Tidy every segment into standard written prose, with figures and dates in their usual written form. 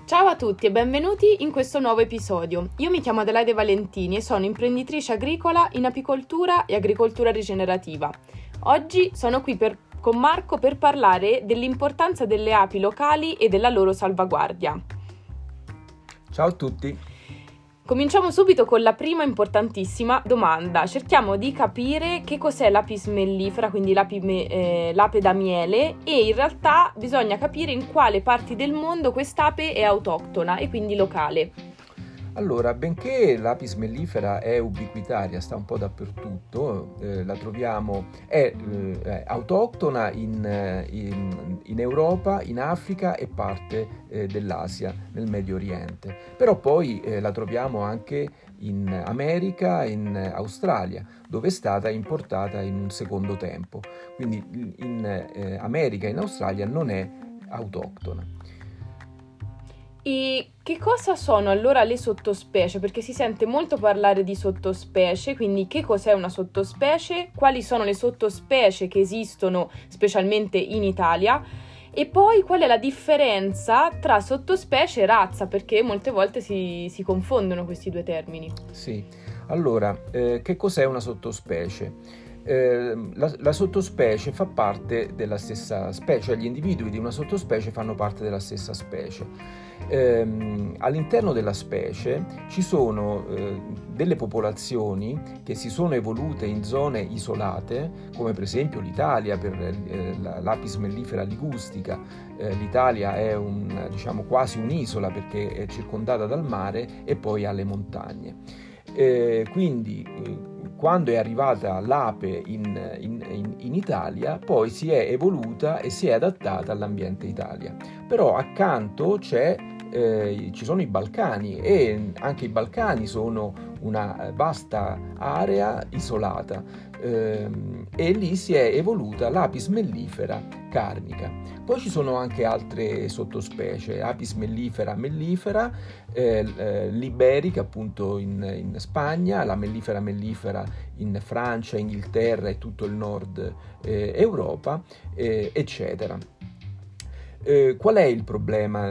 Ciao a tutti e benvenuti in questo nuovo episodio. Io mi chiamo Adelaide Valentini e sono imprenditrice agricola in apicoltura e agricoltura rigenerativa. Oggi sono qui con Marco per parlare dell'importanza delle api locali e della loro salvaguardia. Ciao a tutti. Cominciamo subito con la prima importantissima domanda. Cerchiamo di capire che cos'è l'apis mellifera, quindi l'ape da miele, e in realtà bisogna capire in quale parti del mondo quest'ape è autoctona e quindi locale. Allora, benché l'apis mellifera è ubiquitaria, sta un po' dappertutto, la troviamo, è autoctona in Europa, in Africa e parte dell'Asia, nel Medio Oriente. Però poi la troviamo anche in America e in Australia, dove è stata importata in un secondo tempo. Quindi in America e in Australia non è autoctona. E che cosa sono allora le sottospecie? Perché si sente molto parlare di sottospecie, quindi che cos'è una sottospecie? Quali sono le sottospecie che esistono specialmente in Italia? E poi qual è la differenza tra sottospecie e razza? Perché molte volte si confondono questi due termini. Sì, allora, che cos'è una sottospecie? La sottospecie fa parte della stessa specie, cioè gli individui di una sottospecie fanno parte della stessa specie. All'interno della specie ci sono delle popolazioni che si sono evolute in zone isolate, come per esempio l'Italia per l'Apis mellifera ligustica. L'Italia è quasi un'isola perché è circondata dal mare e poi ha le montagne. Quindi quando è arrivata l'ape in Italia, poi si è evoluta e si è adattata all'ambiente Italia. Però accanto ci sono i Balcani e anche i Balcani sono una vasta area isolata e lì si è evoluta l'Apis mellifera carnica. Poi ci sono anche altre sottospecie, Apis mellifera, l'iberica appunto in Spagna, la mellifera in Francia, Inghilterra e tutto il nord Europa, eccetera. Qual è il problema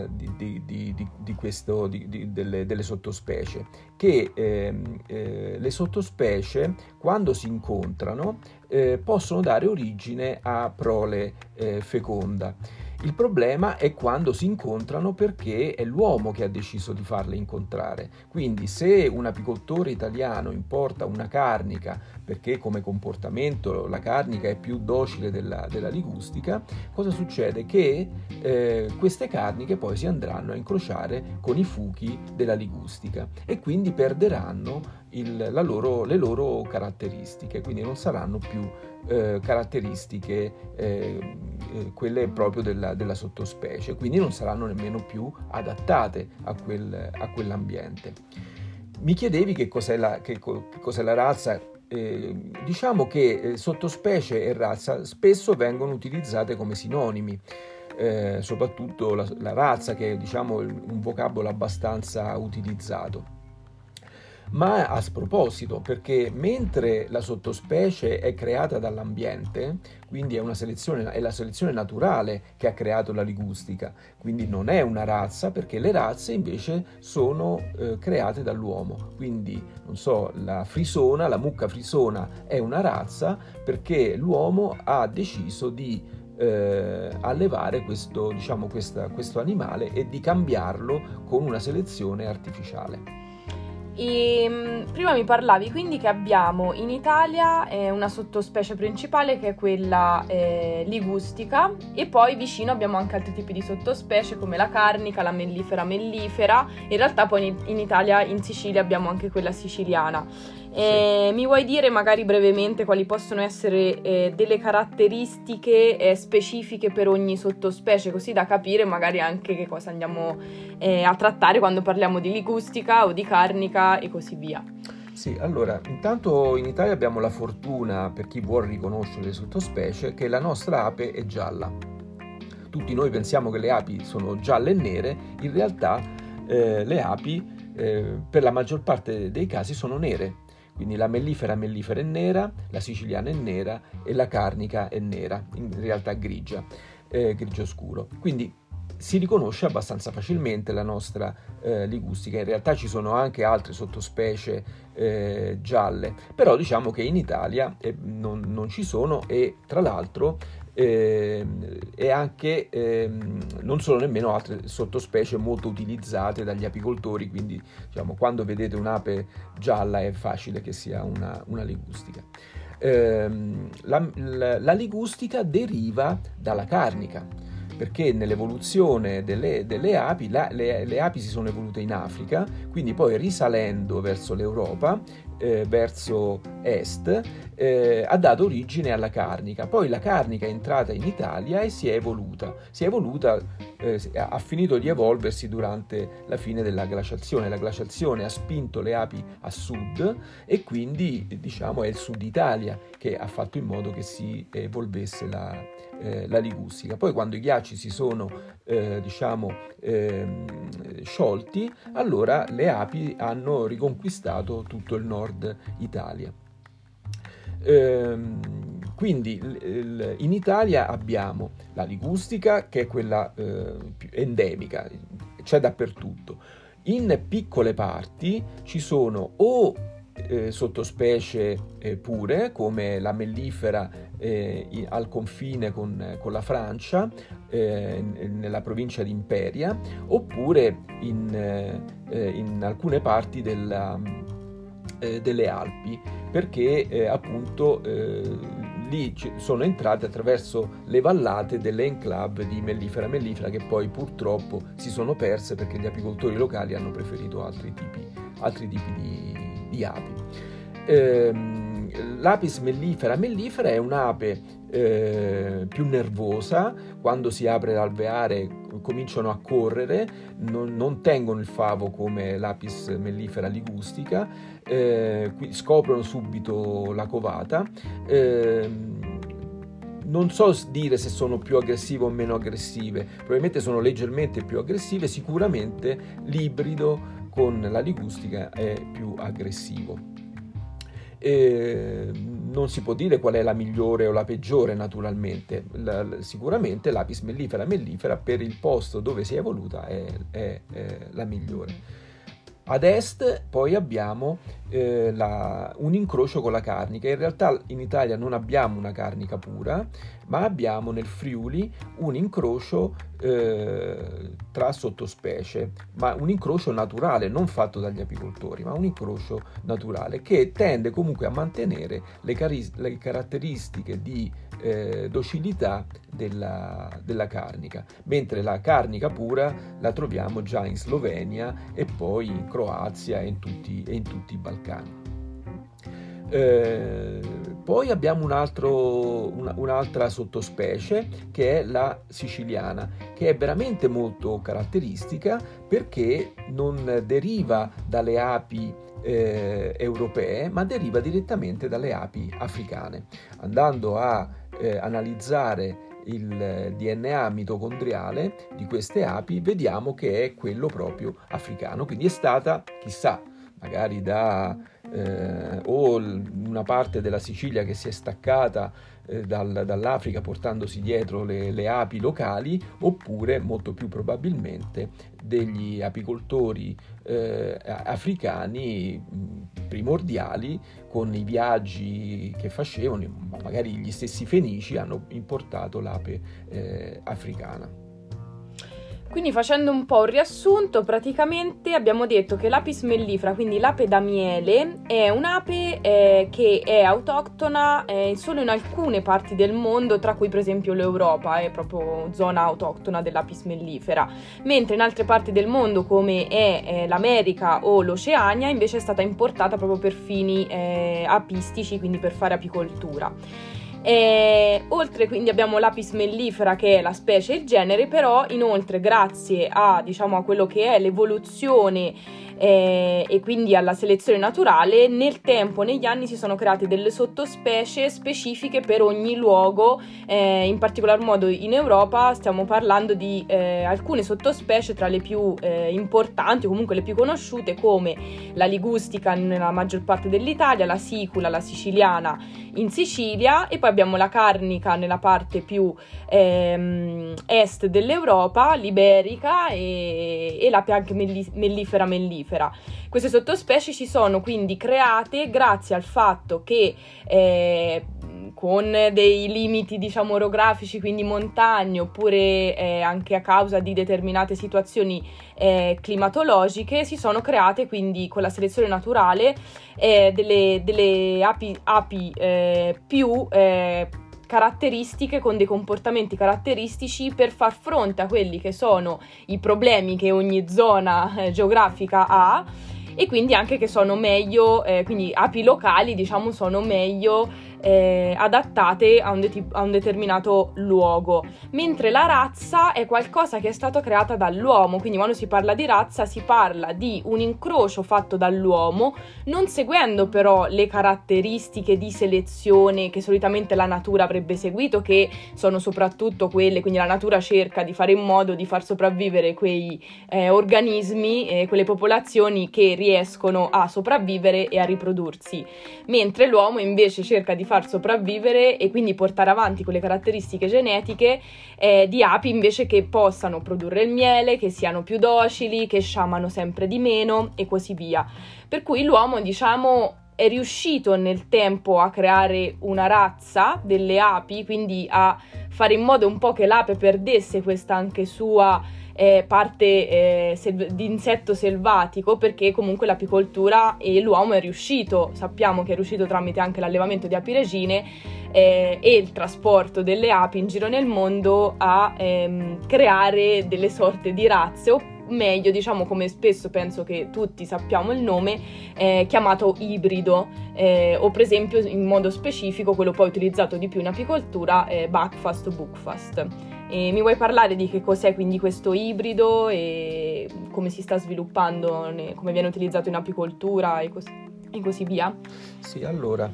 delle sottospecie? Che le sottospecie, quando si incontrano, possono dare origine a prole feconda. Il problema è quando si incontrano perché è l'uomo che ha deciso di farle incontrare. Quindi se un apicoltore italiano importa una carnica, perché come comportamento la carnica è più docile della ligustica, cosa succede? Che queste carniche poi si andranno a incrociare con i fuchi della ligustica e quindi perderanno le loro caratteristiche, quindi non saranno più caratteristiche quelle proprio della sottospecie, quindi non saranno nemmeno più adattate a quell'ambiente. Mi chiedevi che cos'è la razza. Diciamo che sottospecie e razza spesso vengono utilizzate come sinonimi, soprattutto la razza, che è un vocabolo abbastanza utilizzato. Ma a sproposito, perché mentre la sottospecie è creata dall'ambiente, quindi è la selezione naturale che ha creato la ligustica, quindi non è una razza, perché le razze invece sono create dall'uomo. Quindi, la mucca frisona è una razza perché l'uomo ha deciso di allevare questo animale e di cambiarlo con una selezione artificiale. E prima mi parlavi quindi che abbiamo in Italia una sottospecie principale che è quella ligustica, e poi vicino abbiamo anche altri tipi di sottospecie come la carnica, la mellifera. In realtà poi in Italia, in Sicilia, abbiamo anche quella siciliana. Sì. Mi vuoi dire magari brevemente quali possono essere delle caratteristiche specifiche per ogni sottospecie, così da capire magari anche che cosa andiamo a trattare quando parliamo di ligustica o di carnica e così via? Sì, allora, intanto in Italia abbiamo la fortuna, per chi vuol riconoscere le sottospecie, che la nostra ape è gialla. Tutti noi pensiamo che le api sono gialle e nere, in realtà le api per la maggior parte dei casi sono nere. Quindi la mellifera è nera, la siciliana è nera e la carnica è nera, in realtà grigia, grigio scuro. Quindi si riconosce abbastanza facilmente la nostra ligustica. In realtà ci sono anche altre sottospecie gialle, però diciamo che in Italia non ci sono, e tra l'altro e anche non sono nemmeno altre sottospecie molto utilizzate dagli apicoltori, quindi diciamo, quando vedete un'ape gialla è facile che sia una ligustica. La ligustica deriva dalla carnica, perché nell'evoluzione delle api, le api si sono evolute in Africa, quindi poi risalendo verso l'Europa, verso est, ha dato origine alla carnica. Poi la carnica è entrata in Italia e si è evoluta, ha finito di evolversi durante la fine della glaciazione. La glaciazione ha spinto le api a sud, e quindi diciamo è il sud Italia che ha fatto in modo che si evolvesse la ligustica. Poi quando i ghiacci si sono sciolti, allora le api hanno riconquistato tutto il nord Italia. Quindi in Italia abbiamo la ligustica, che è quella più endemica, c'è dappertutto. In piccole parti ci sono o sottospecie pure, come la mellifera al confine con la Francia, nella provincia di Imperia, oppure in alcune parti delle Alpi, perché appunto lì sono entrate attraverso le vallate delle enclave di mellifera che poi purtroppo si sono perse perché gli apicoltori locali hanno preferito altri tipi di api. L'Apis mellifera è un'ape più nervosa. Quando si apre l'alveare cominciano a correre, non tengono il favo come l'Apis mellifera ligustica, scoprono subito la covata. Non so dire se sono più aggressive o meno aggressive, probabilmente sono leggermente più aggressive, sicuramente l'ibrido con la ligustica è più aggressivo. Non si può dire qual è la migliore o la peggiore, naturalmente. Sicuramente l'Apis mellifera per il posto dove si è evoluta è la migliore. Ad est poi abbiamo un incrocio con la carnica. In realtà in Italia non abbiamo una carnica pura, ma abbiamo nel Friuli un incrocio tra sottospecie, ma un incrocio naturale, non fatto dagli apicoltori, ma un incrocio naturale che tende comunque a mantenere le caratteristiche di docilità della carnica, mentre la carnica pura la troviamo già in Slovenia e poi in Croazia e in tutti i Balcani. Poi abbiamo un'altra sottospecie, che è la siciliana, che è veramente molto caratteristica perché non deriva dalle api europee, ma deriva direttamente dalle api africane. Andando a analizzare il DNA mitocondriale di queste api, vediamo che è quello proprio africano, quindi è stata, chissà, magari o una parte della Sicilia che si è staccata dall'Africa portandosi dietro le api locali, oppure molto più probabilmente degli apicoltori africani primordiali, con i viaggi che facevano, magari gli stessi fenici hanno importato l'ape africana. Quindi, facendo un po' un riassunto, praticamente abbiamo detto che l'Apis mellifera, quindi l'ape da miele, è un'ape che è autoctona solo in alcune parti del mondo, tra cui per esempio l'Europa, è proprio zona autoctona dell'Apis mellifera, mentre in altre parti del mondo, come è l'America o l'Oceania, invece è stata importata proprio per fini apistici, quindi per fare apicoltura. Oltre, quindi, abbiamo l'Apis mellifera, che è la specie e il genere, però inoltre grazie a quello che è l'evoluzione e quindi alla selezione naturale, nel tempo, negli anni, si sono create delle sottospecie specifiche per ogni luogo. In particolar modo in Europa stiamo parlando di alcune sottospecie tra le più importanti, o comunque le più conosciute, come la ligustica nella maggior parte dell'Italia, la sicula, la siciliana in Sicilia, e poi abbiamo la carnica nella parte più est dell'Europa, l'iberica e l'ape anche mellifera. Queste sottospecie si sono quindi create grazie al fatto che con dei limiti, diciamo, orografici, quindi montagne, oppure anche a causa di determinate situazioni climatologiche, si sono create quindi con la selezione naturale delle api più caratteristiche, con dei comportamenti caratteristici per far fronte a quelli che sono i problemi che ogni zona geografica ha, e quindi anche che sono meglio, quindi api locali, diciamo, sono meglio adattate a un determinato luogo, mentre la razza è qualcosa che è stato creata dall'uomo. Quindi quando si parla di razza si parla di un incrocio fatto dall'uomo, non seguendo però le caratteristiche di selezione che solitamente la natura avrebbe seguito, che sono soprattutto quelle, quindi la natura cerca di fare in modo di far sopravvivere quei organismi, quelle popolazioni che riescono a sopravvivere e a riprodursi, mentre l'uomo invece cerca di far sopravvivere e quindi portare avanti quelle caratteristiche genetiche di api invece che possano produrre il miele, che siano più docili, che sciamano sempre di meno e così via. Per cui l'uomo, diciamo, è riuscito nel tempo a creare una razza delle api, quindi a fare in modo un po' che l'ape perdesse questa anche sua parte di insetto selvatico, perché comunque l'apicoltura e l'uomo è riuscito, sappiamo che è riuscito tramite anche l'allevamento di api regine e il trasporto delle api in giro nel mondo a creare delle sorte di razze, o meglio, diciamo, come spesso penso che tutti sappiamo il nome, chiamato ibrido, o per esempio in modo specifico quello poi utilizzato di più in apicoltura, Buckfast o Buckfast. E mi vuoi parlare di che cos'è quindi questo ibrido e come si sta sviluppando, come viene utilizzato in apicoltura e così via? Sì, allora,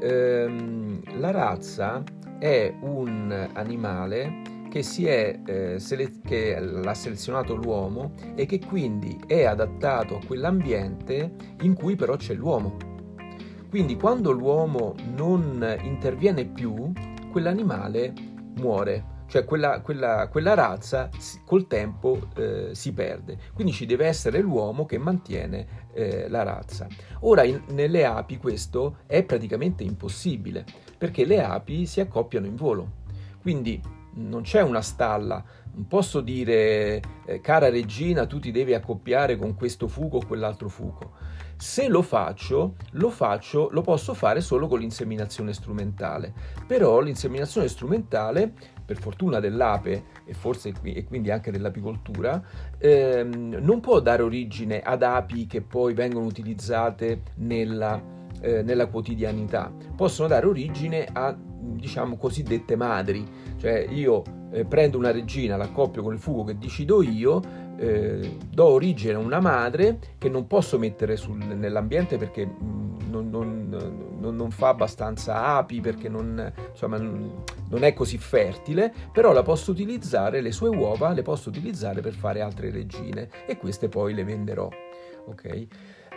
la razza è un animale che che l'ha selezionato l'uomo e che quindi è adattato a quell'ambiente in cui però c'è l'uomo. Quindi quando l'uomo non interviene più, quell'animale muore. Cioè quella razza col tempo si perde, quindi ci deve essere l'uomo che mantiene la razza. Ora nelle api questo è praticamente impossibile, perché le api si accoppiano in volo, quindi non c'è una stalla, non posso dire cara regina tu ti devi accoppiare con questo fuco o quell'altro fuco. Se lo posso fare solo con l'inseminazione strumentale, però l'inseminazione strumentale, per fortuna dell'ape e quindi anche dell'apicoltura, non può dare origine ad api che poi vengono utilizzate nella quotidianità. Possono dare origine a, diciamo, cosiddette madri, cioè io prendo una regina, l'accoppio con il fuco che decido io, do origine a una madre che non posso mettere nell'ambiente perché non fa abbastanza api, perché non è così fertile, però la posso utilizzare, le sue uova le posso utilizzare per fare altre regine e queste poi le venderò. Ok?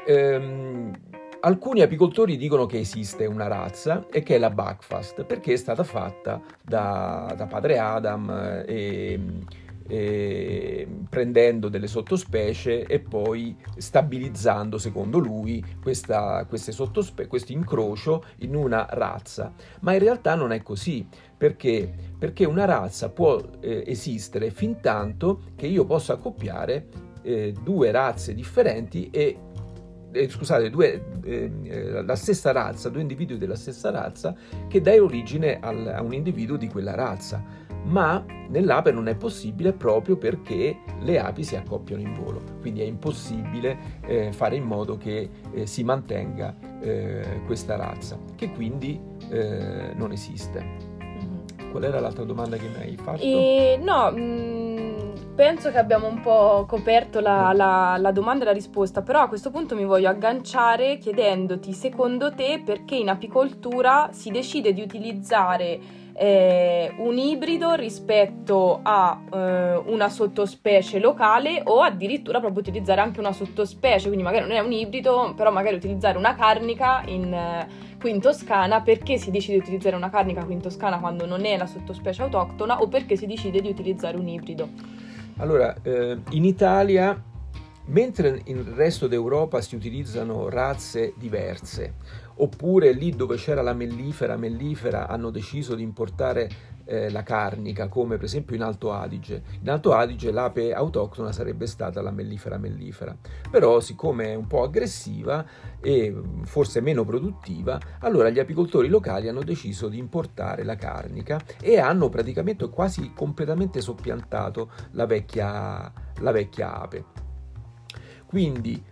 Alcuni apicoltori dicono che esiste una razza e che è la Buckfast, perché è stata fatta da padre Adam e prendendo delle sottospecie e poi stabilizzando, secondo lui, questo incrocio in una razza. Ma in realtà non è così, perché una razza può esistere fin tanto che io possa accoppiare due razze differenti la stessa razza, due individui della stessa razza, che dà origine a un individuo di quella razza. Ma nell'ape non è possibile, proprio perché le api si accoppiano in volo, quindi è impossibile fare in modo che si mantenga questa razza, che quindi non esiste. Qual era l'altra domanda che mi hai fatto? Penso che abbiamo un po' coperto la domanda e la risposta, però a questo punto mi voglio agganciare chiedendoti, secondo te, perché in apicoltura si decide di utilizzare un ibrido rispetto a una sottospecie locale, o addirittura proprio utilizzare anche una sottospecie, quindi magari non è un ibrido, però magari utilizzare una carnica qui in Toscana. Perché si decide di utilizzare una carnica qui in Toscana quando non è la sottospecie autoctona, o perché si decide di utilizzare un ibrido? Allora, in Italia, mentre nel resto d'Europa si utilizzano razze diverse, oppure lì dove c'era la mellifera hanno deciso di importare la carnica, come per esempio in Alto Adige. In Alto Adige l'ape autoctona sarebbe stata la mellifera, però siccome è un po' aggressiva e forse meno produttiva, allora gli apicoltori locali hanno deciso di importare la carnica e hanno praticamente quasi completamente soppiantato la vecchia ape. Quindi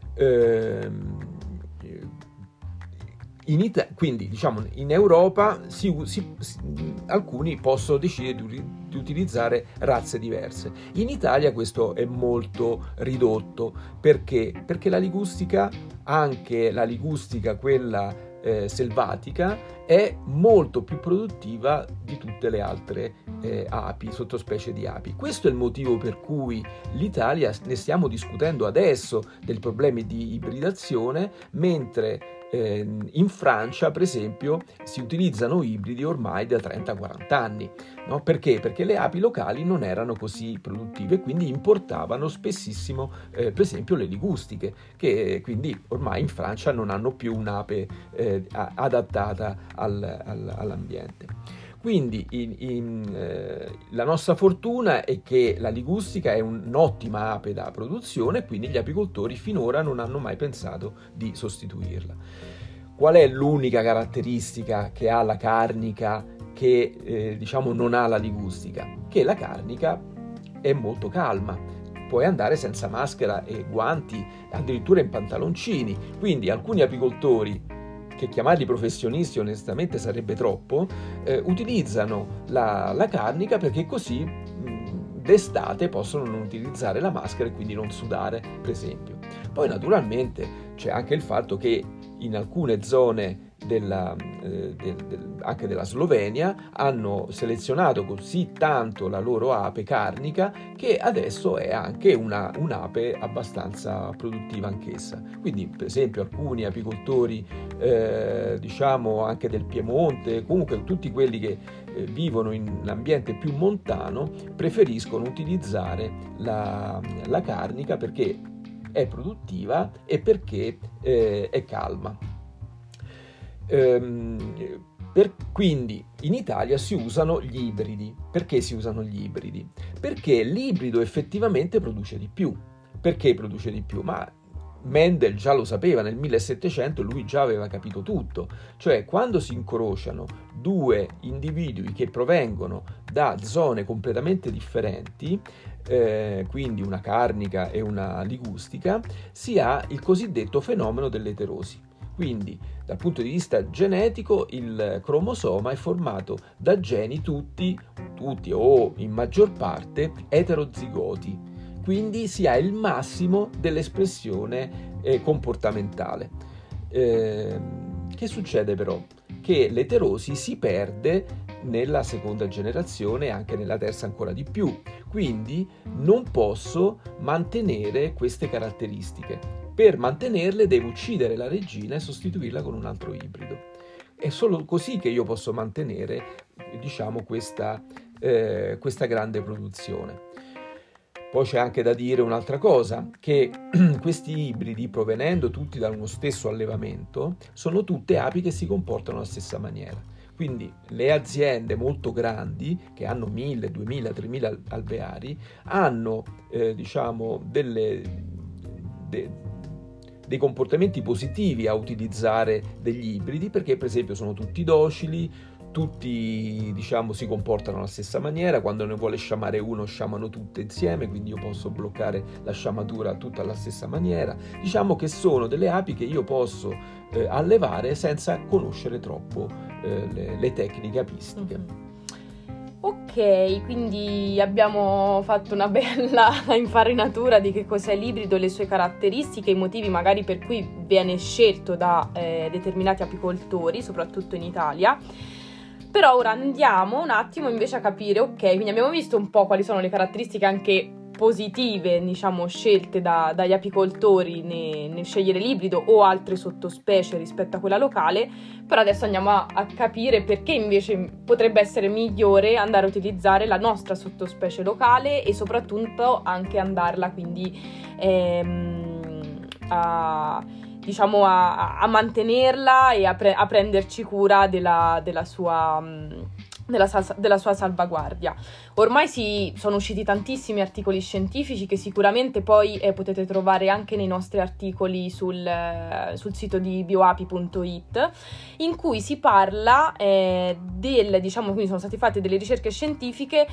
in Europa alcuni possono decidere di utilizzare razze diverse. In Italia questo è molto ridotto. Perché? Perché la ligustica, anche la ligustica quella selvatica, è molto più produttiva di tutte le altre api, sottospecie di api. Questo è il motivo per cui l'Italia, ne stiamo discutendo adesso dei problemi di ibridazione, mentre in Francia, per esempio, si utilizzano ibridi ormai da 30-40 anni. No? Perché? Perché le api locali non erano così produttive, quindi importavano spessissimo, per esempio, le ligustiche, che quindi ormai in Francia non hanno più un'ape adattata all'ambiente. Quindi la nostra fortuna è che la ligustica è un'ottima ape da produzione, quindi gli apicoltori finora non hanno mai pensato di sostituirla. Qual è l'unica caratteristica che ha la carnica che non ha la ligustica? Che la carnica è molto calma. Puoi andare senza maschera e guanti, addirittura in pantaloncini. Quindi alcuni apicoltori, che chiamarli professionisti onestamente sarebbe troppo, utilizzano la carnica perché così d'estate possono non utilizzare la maschera e quindi non sudare, per esempio. Poi naturalmente c'è anche il fatto che in alcune zone anche della Slovenia hanno selezionato così tanto la loro ape carnica che adesso è anche un'ape abbastanza produttiva anch'essa. Quindi per esempio alcuni apicoltori anche del Piemonte, comunque tutti quelli che vivono in un ambiente più montano, preferiscono utilizzare la carnica perché è produttiva e perché è calma. Quindi in Italia si usano gli ibridi. Perché si usano gli ibridi? Perché l'ibrido effettivamente produce di più. Perché produce di più? Ma Mendel già lo sapeva, nel 1700 lui già aveva capito tutto, cioè quando si incrociano due individui che provengono da zone completamente differenti, quindi una carnica e una ligustica, si ha il cosiddetto fenomeno dell'eterosi. Quindi dal punto di vista genetico il cromosoma è formato da geni tutti o in maggior parte eterozigoti. Quindi si ha il massimo dell'espressione comportamentale. Che succede però? Che l'eterosi si perde nella seconda generazione e anche nella terza ancora di più. Quindi non posso mantenere queste caratteristiche. Per mantenerle devo uccidere la regina e sostituirla con un altro ibrido. È solo così che io posso mantenere, questa grande produzione. Poi c'è anche da dire un'altra cosa, che questi ibridi, provenendo tutti da uno stesso allevamento, sono tutte api che si comportano alla stessa maniera. Quindi le aziende molto grandi, che hanno 1000, 2000, 3000 alveari, hanno dei comportamenti positivi a utilizzare degli ibridi, perché per esempio sono tutti docili, tutti si comportano alla stessa maniera, quando ne vuole sciamare uno sciamano tutte insieme, quindi io posso bloccare la sciamatura tutta alla stessa maniera. Che sono delle api che io posso allevare senza conoscere troppo le tecniche apistiche. Mm-hmm. Ok, quindi abbiamo fatto una bella infarinatura di che cos'è l'ibrido, le sue caratteristiche, i motivi magari per cui viene scelto da determinati apicoltori, soprattutto in Italia. Però ora andiamo un attimo invece a capire, ok, quindi abbiamo visto un po' quali sono le caratteristiche anche positive, diciamo, scelte dagli apicoltori nel scegliere l'ibrido o altre sottospecie rispetto a quella locale, però adesso andiamo a capire perché invece potrebbe essere migliore andare a utilizzare la nostra sottospecie locale e soprattutto anche andarla quindi a mantenerla e a prenderci cura della sua salvaguardia. Ormai sono usciti tantissimi articoli scientifici che sicuramente poi potete trovare anche nei nostri articoli sul sito di bioapi.it, in cui si parla quindi sono state fatte delle ricerche scientifiche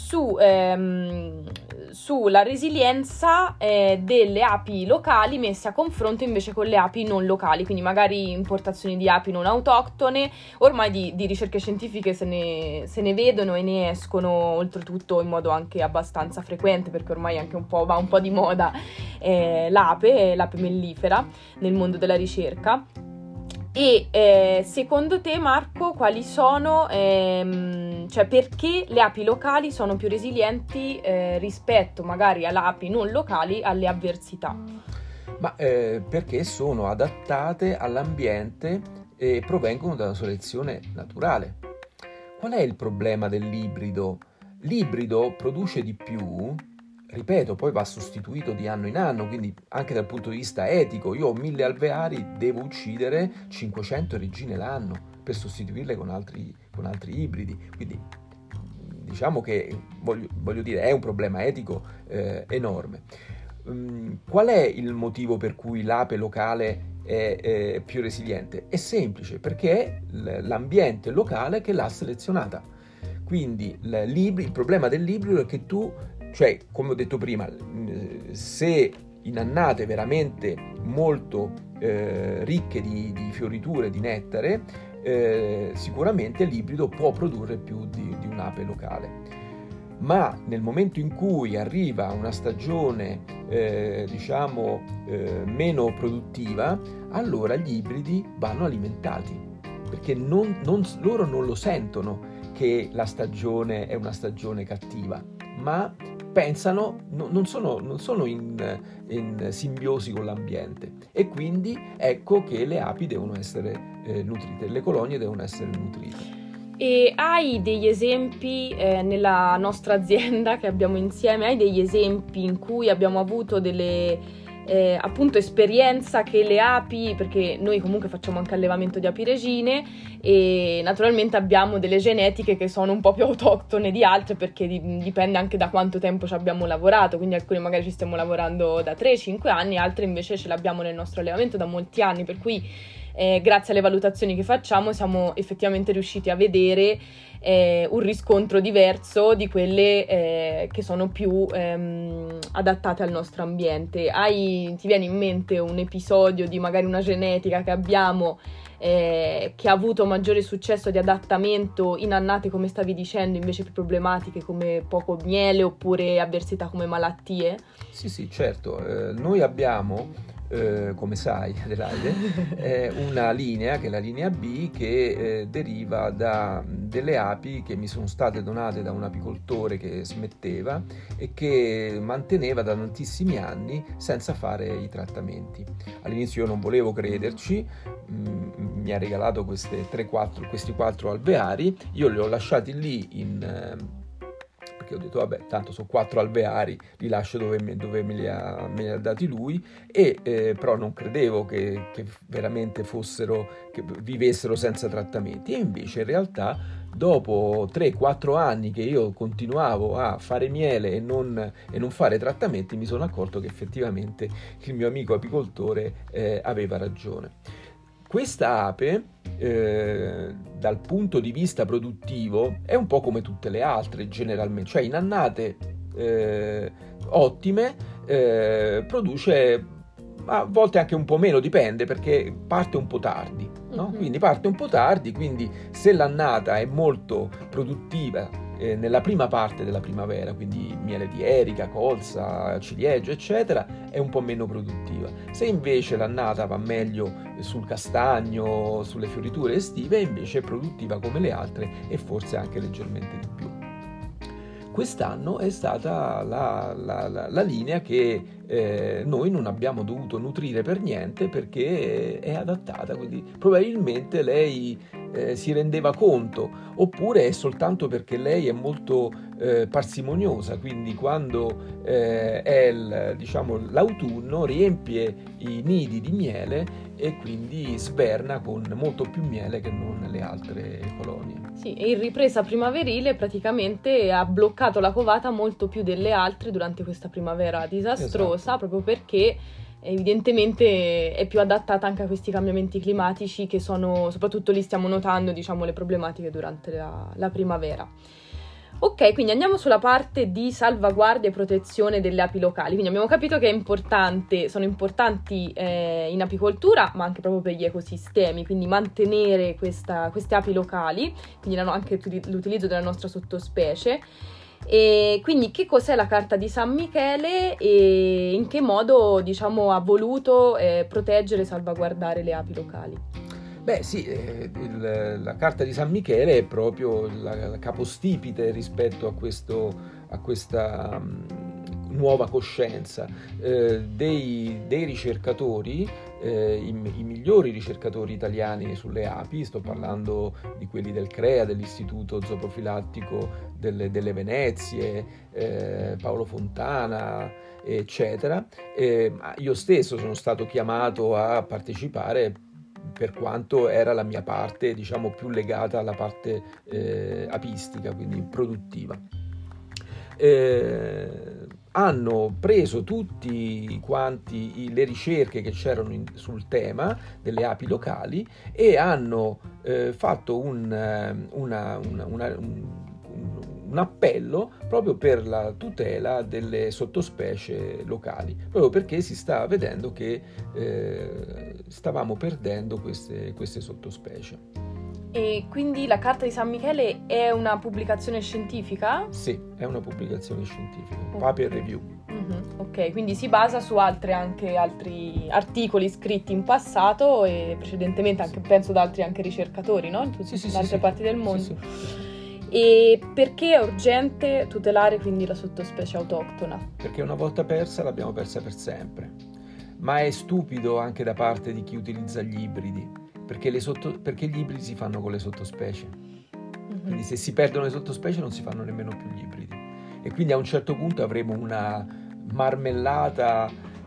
sulla resilienza delle api locali messe a confronto invece con le api non locali, quindi magari importazioni di api non autoctone. Ormai di ricerche scientifiche se ne vedono e ne escono oltretutto in modo anche abbastanza frequente, perché ormai anche va un po' di moda l'ape mellifera nel mondo della ricerca. E secondo te, Marco, quali sono, cioè perché le api locali sono più resilienti rispetto magari alle api non locali alle avversità? Ma perché sono adattate all'ambiente e provengono da una selezione naturale. Qual è il problema dell'ibrido? L'ibrido produce di più, ripeto, poi va sostituito di anno in anno, quindi anche dal punto di vista etico, io ho 1000 alveari, devo uccidere 500 regine l'anno per sostituirle con altri ibridi, quindi diciamo che, voglio dire, è un problema etico enorme. Qual è il motivo per cui l'ape locale è più resiliente? È semplice, perché è l'ambiente locale che l'ha selezionata. Quindi il problema dell'ibrido è che cioè come ho detto prima, se in annate veramente molto ricche di fioriture, di nettare, sicuramente l'ibrido può produrre più di un'ape locale. Ma nel momento in cui arriva una stagione meno produttiva, allora gli ibridi vanno alimentati, perché loro non lo sentono che la stagione è una stagione cattiva, ma pensano, non sono in simbiosi con l'ambiente, e quindi ecco che le api devono essere nutrite, le colonie devono essere nutrite. E hai degli esempi nella nostra azienda che abbiamo insieme, hai degli esempi in cui abbiamo avuto delle appunto esperienza che le api, perché noi comunque facciamo anche allevamento di api regine e naturalmente abbiamo delle genetiche che sono un po' più autoctone di altre, perché dipende anche da quanto tempo ci abbiamo lavorato, quindi alcune magari ci stiamo lavorando da 3-5 anni, altre invece ce l'abbiamo nel nostro allevamento da molti anni, per cui grazie alle valutazioni che facciamo siamo effettivamente riusciti a vedere un riscontro diverso di quelle che sono più adattate al nostro ambiente. Ti viene in mente un episodio di magari una genetica che abbiamo che ha avuto maggiore successo di adattamento in annate, come stavi dicendo, invece più problematiche come poco miele oppure avversità come malattie? Sì, certo. Noi abbiamo, come sai, Adelaide, una linea che è la linea B, che deriva da delle api che mi sono state donate da un apicoltore che smetteva e che manteneva da tantissimi anni senza fare i trattamenti. All'inizio io non volevo crederci, mi ha regalato questi 4 alveari, io li ho lasciati lì perché ho detto vabbè, tanto sono 4 alveari, li lascio dove me li ha dati lui, e però non credevo che veramente che vivessero senza trattamenti, e invece in realtà dopo 3-4 anni che io continuavo a fare miele e non fare trattamenti, mi sono accorto che effettivamente il mio amico apicoltore aveva ragione. Questa ape, dal punto di vista produttivo, è un po' come tutte le altre generalmente, cioè in annate ottime produce a volte anche un po' meno, dipende, perché parte un po' tardi, no? Quindi parte un po' tardi, quindi se l'annata è molto produttiva nella prima parte della primavera, quindi miele di erica, colza, ciliegio, eccetera, è un po' meno produttiva. Se invece l'annata va meglio sul castagno, sulle fioriture estive, invece è produttiva come le altre e forse anche leggermente di più. Quest'anno è stata la linea che noi non abbiamo dovuto nutrire per niente perché è adattata, quindi probabilmente lei si rendeva conto, oppure è soltanto perché lei è molto parsimoniosa, quindi quando è l'autunno riempie i nidi di miele e quindi sverna con molto più miele che non le altre colonie. Sì, e in ripresa primaverile praticamente ha bloccato la covata molto più delle altre durante questa primavera disastrosa, proprio perché evidentemente è più adattata anche a questi cambiamenti climatici che sono, soprattutto lì stiamo notando, diciamo, le problematiche durante la primavera. Ok, quindi andiamo sulla parte di salvaguardia e protezione delle api locali. Quindi abbiamo capito che è importante, sono importanti in apicoltura, ma anche proprio per gli ecosistemi, quindi mantenere queste api locali, quindi anche l'utilizzo della nostra sottospecie. E quindi che cos'è la Carta di San Michele e in che modo, diciamo, ha voluto proteggere e salvaguardare le api locali? Beh sì, la Carta di San Michele è proprio la capostipite rispetto a questa nuova coscienza dei ricercatori, i migliori ricercatori italiani sulle api. Sto parlando di quelli del CREA, dell'Istituto Zooprofilattico delle Venezie, Paolo Fontana, eccetera. Io stesso sono stato chiamato a partecipare per quanto era la mia parte, diciamo, più legata alla parte apistica, quindi produttiva. Hanno preso tutti quanti le ricerche che c'erano sul tema delle api locali e hanno fatto un appello proprio per la tutela delle sottospecie locali, proprio perché si sta vedendo che stavamo perdendo queste sottospecie. E quindi la Carta di San Michele è una pubblicazione scientifica? Sì, è una pubblicazione scientifica, paper review. Ok, quindi si basa su altri articoli scritti in passato e precedentemente anche, penso, da altri anche ricercatori, no? In altre parti del mondo. Sì. E perché è urgente tutelare quindi la sottospecie autoctona? Perché una volta persa l'abbiamo persa per sempre, ma è stupido anche da parte di chi utilizza gli ibridi, perché gli ibridi si fanno con le sottospecie, quindi se si perdono le sottospecie non si fanno nemmeno più gli ibridi, e quindi a un certo punto avremo una marmellata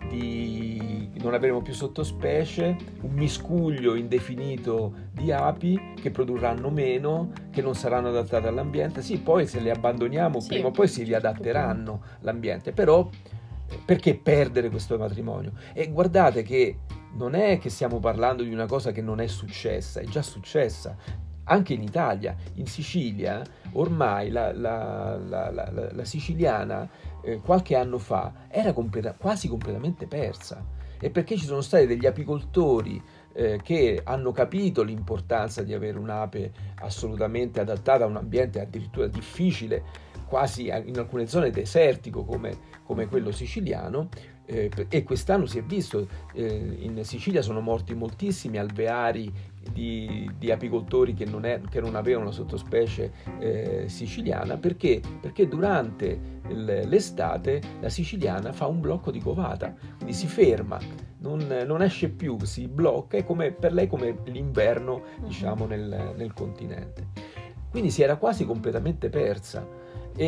non avremo più sottospecie, un miscuglio indefinito di api che produrranno meno, che non saranno adattate all'ambiente. Sì, poi se le abbandoniamo prima o poi si riadatteranno all'ambiente, però perché perdere questo matrimonio? E guardate che non è che stiamo parlando di una cosa che non è successa, è già successa. Anche in Italia, in Sicilia, ormai la siciliana qualche anno fa era quasi completamente persa, e perché ci sono stati degli apicoltori che hanno capito l'importanza di avere un'ape assolutamente adattata a un ambiente addirittura difficile, quasi in alcune zone desertico come quello siciliano. E quest'anno si è visto, in Sicilia sono morti moltissimi alveari di apicoltori che non avevano la sottospecie siciliana, perché durante l'estate la siciliana fa un blocco di covata, quindi si ferma, non esce più, si blocca, è per lei come l'inverno, diciamo, nel continente. Quindi si era quasi completamente persa.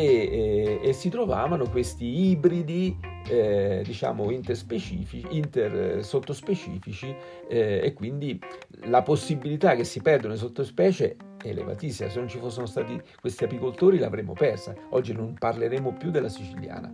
E si trovavano questi ibridi, diciamo, sottospecifici, e quindi la possibilità che si perdano le sottospecie è elevatissima. Se non ci fossero stati questi apicoltori l'avremmo persa. Oggi non parleremo più della siciliana.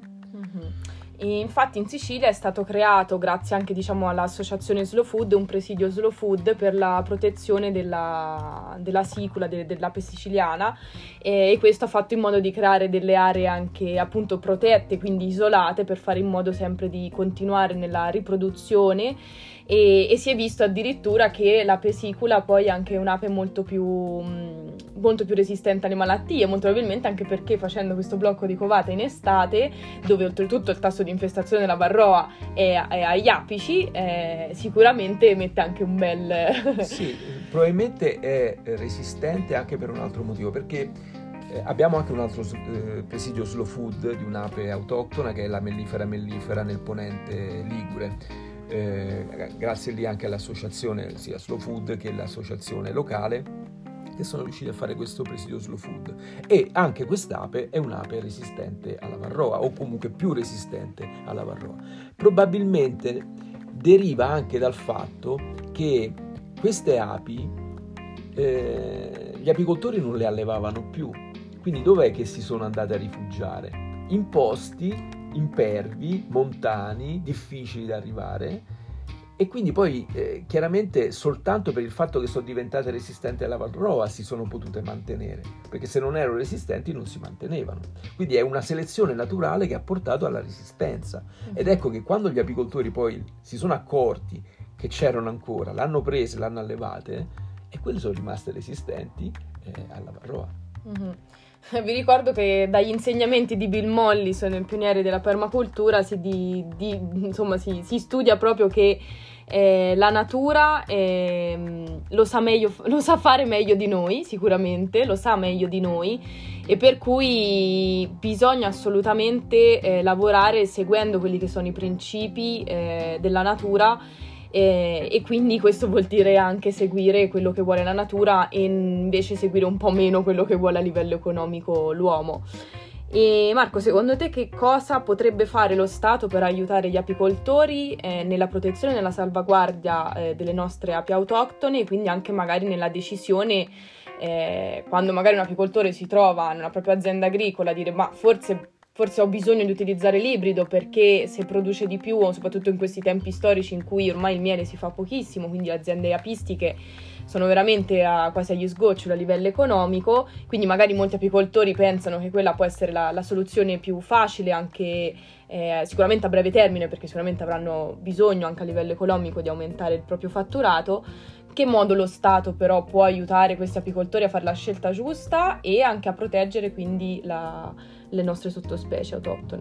E infatti in Sicilia è stato creato, grazie anche, diciamo, all'associazione Slow Food, un presidio Slow Food per la protezione della sicula, dell'ape siciliana, e questo ha fatto in modo di creare delle aree anche appunto protette, quindi isolate, per fare in modo sempre di continuare nella riproduzione e si è visto addirittura che l'ape sicula poi è anche un'ape molto più resistente alle malattie, molto probabilmente anche perché facendo questo blocco di covata in estate, dove oltretutto il tasso di infestazione della varroa è agli apici, sicuramente mette anche un bel... Sì, probabilmente è resistente anche per un altro motivo, perché abbiamo anche un altro presidio slow food di un'ape autoctona che è la mellifera nel ponente ligure. Grazie lì anche all'associazione sia Slow Food che l'associazione locale, che sono riusciti a fare questo presidio slow food, e anche quest'ape è un'ape resistente alla varroa, o comunque più resistente alla varroa. Probabilmente deriva anche dal fatto che queste api gli apicoltori non le allevavano più, quindi dov'è che si sono andate a rifugiare? In posti impervi, montani, difficili da arrivare, e quindi poi chiaramente soltanto per il fatto che sono diventate resistenti alla varroa si sono potute mantenere, perché se non erano resistenti non si mantenevano. Quindi è una selezione naturale che ha portato alla resistenza, ed ecco che quando gli apicoltori poi si sono accorti che c'erano ancora, l'hanno prese, l'hanno allevate, e quelle sono rimaste resistenti alla varroa. Mm-hmm. Vi ricordo che dagli insegnamenti di Bill Mollison, il pioniere della permacultura, si studia proprio che la natura lo sa fare meglio di noi, sicuramente, lo sa meglio di noi, e per cui bisogna assolutamente lavorare seguendo quelli che sono i principi della natura. E quindi questo vuol dire anche seguire quello che vuole la natura e invece seguire un po' meno quello che vuole a livello economico l'uomo. E Marco, secondo te che cosa potrebbe fare lo Stato per aiutare gli apicoltori nella protezione e nella salvaguardia delle nostre api autoctone, e quindi anche magari nella decisione quando magari un apicoltore si trova nella propria azienda agricola a dire ma forse ho bisogno di utilizzare l'ibrido perché se produce di più, soprattutto in questi tempi storici in cui ormai il miele si fa pochissimo, quindi le aziende apistiche sono veramente quasi agli sgoccioli a livello economico, quindi magari molti apicoltori pensano che quella può essere la soluzione più facile, anche sicuramente a breve termine, perché sicuramente avranno bisogno anche a livello economico di aumentare il proprio fatturato. Che modo lo Stato però può aiutare questi apicoltori a fare la scelta giusta e anche a proteggere quindi le nostre sottospecie autoctone?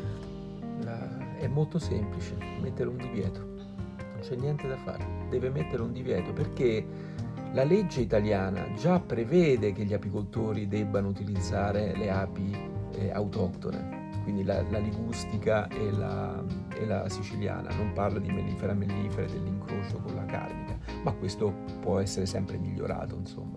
È molto semplice, mettere un divieto, non c'è niente da fare, deve mettere un divieto, perché la legge italiana già prevede che gli apicoltori debbano utilizzare le api autoctone, quindi la ligustica e la siciliana, non parla di mellifera dell'incrocio con la carnica, ma questo può essere sempre migliorato, insomma.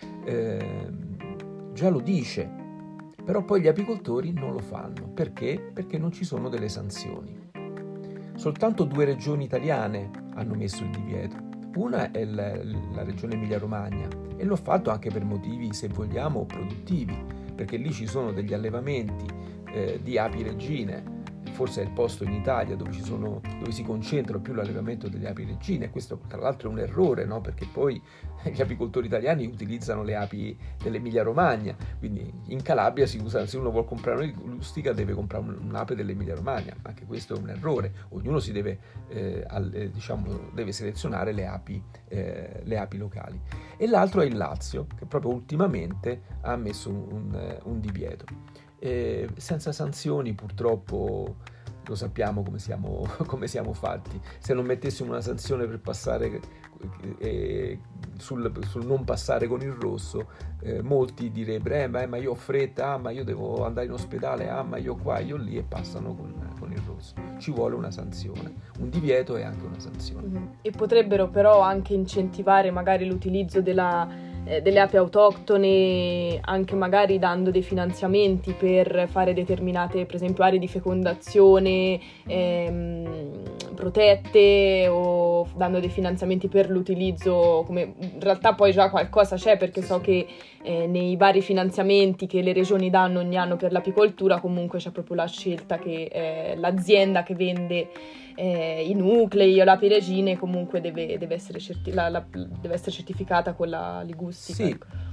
Già lo dice, però poi gli apicoltori non lo fanno. Perché? Perché non ci sono delle sanzioni. Soltanto 2 regioni italiane hanno messo il divieto. Una è la regione Emilia-Romagna, e l'ho fatto anche per motivi, se vogliamo, produttivi, perché lì ci sono degli allevamenti di api regine, forse è il posto in Italia dove si concentra più l'allevamento delle api regine. Questo tra l'altro è un errore, no? Perché poi gli apicoltori italiani utilizzano le api dell'Emilia Romagna, quindi in Calabria si uno vuole comprare una ligustica deve comprare un'ape dell'Emilia Romagna, anche questo è un errore. Ognuno si deve selezionare le api locali. E l'altro è il Lazio, che proprio ultimamente ha messo un divieto. Senza sanzioni, purtroppo lo sappiamo come siamo fatti. Se non mettessimo una sanzione per passare sul non passare con il rosso, molti direbbero ma io ho fretta, ma io devo andare in ospedale, ma io qua, io lì, e passano con il rosso. Ci vuole una sanzione, un divieto e anche una sanzione. E potrebbero però anche incentivare magari l'utilizzo delle api autoctone, anche magari dando dei finanziamenti per fare determinate, per esempio, aree di fecondazione protette, o dando dei finanziamenti per l'utilizzo, come in realtà poi già qualcosa c'è, perché so che nei vari finanziamenti che le regioni danno ogni anno per l'apicoltura comunque c'è proprio la scelta che l'azienda che vende i nuclei o l'api regine comunque deve essere certificata con la ligustica. Sì,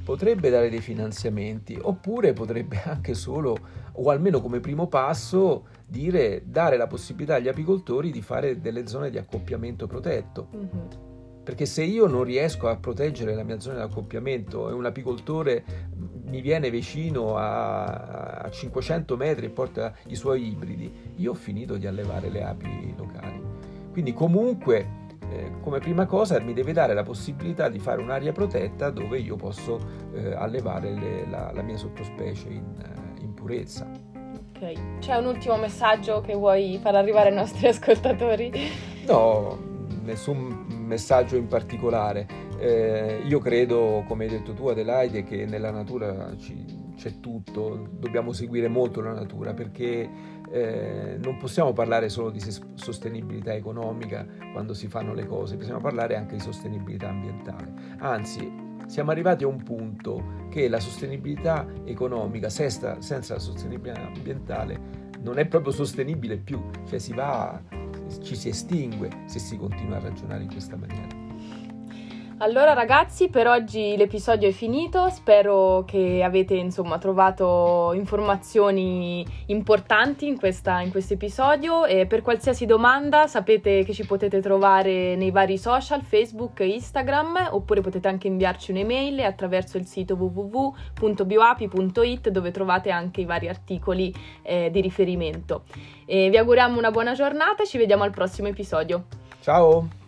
potrebbe dare dei finanziamenti, oppure potrebbe anche solo, o almeno come primo passo, dare la possibilità agli apicoltori di fare delle zone di accoppiamento protetto. Perché se io non riesco a proteggere la mia zona di accoppiamento e un apicoltore mi viene vicino a 500 metri e porta i suoi ibridi, io ho finito di allevare le api locali. Quindi comunque, come prima cosa, mi deve dare la possibilità di fare un'area protetta dove io posso allevare la mia sottospecie in purezza. Ok, c'è un ultimo messaggio che vuoi far arrivare ai nostri ascoltatori? No, nessun messaggio in particolare. Io credo, come hai detto tu, Adelaide, che nella natura c'è tutto, dobbiamo seguire molto la natura, perché non possiamo parlare solo di sostenibilità economica quando si fanno le cose, bisogna parlare anche di sostenibilità ambientale. Anzi, siamo arrivati a un punto che la sostenibilità economica senza la sostenibilità ambientale non è proprio sostenibile più, cioè ci si estingue se si continua a ragionare in questa maniera. Allora ragazzi, per oggi l'episodio è finito, spero che avete trovato informazioni importanti in questo episodio, e per qualsiasi domanda sapete che ci potete trovare nei vari social, Facebook e Instagram, oppure potete anche inviarci un'email attraverso il sito www.bioapi.it, dove trovate anche i vari articoli di riferimento. Vi auguriamo una buona giornata e ci vediamo al prossimo episodio. Ciao!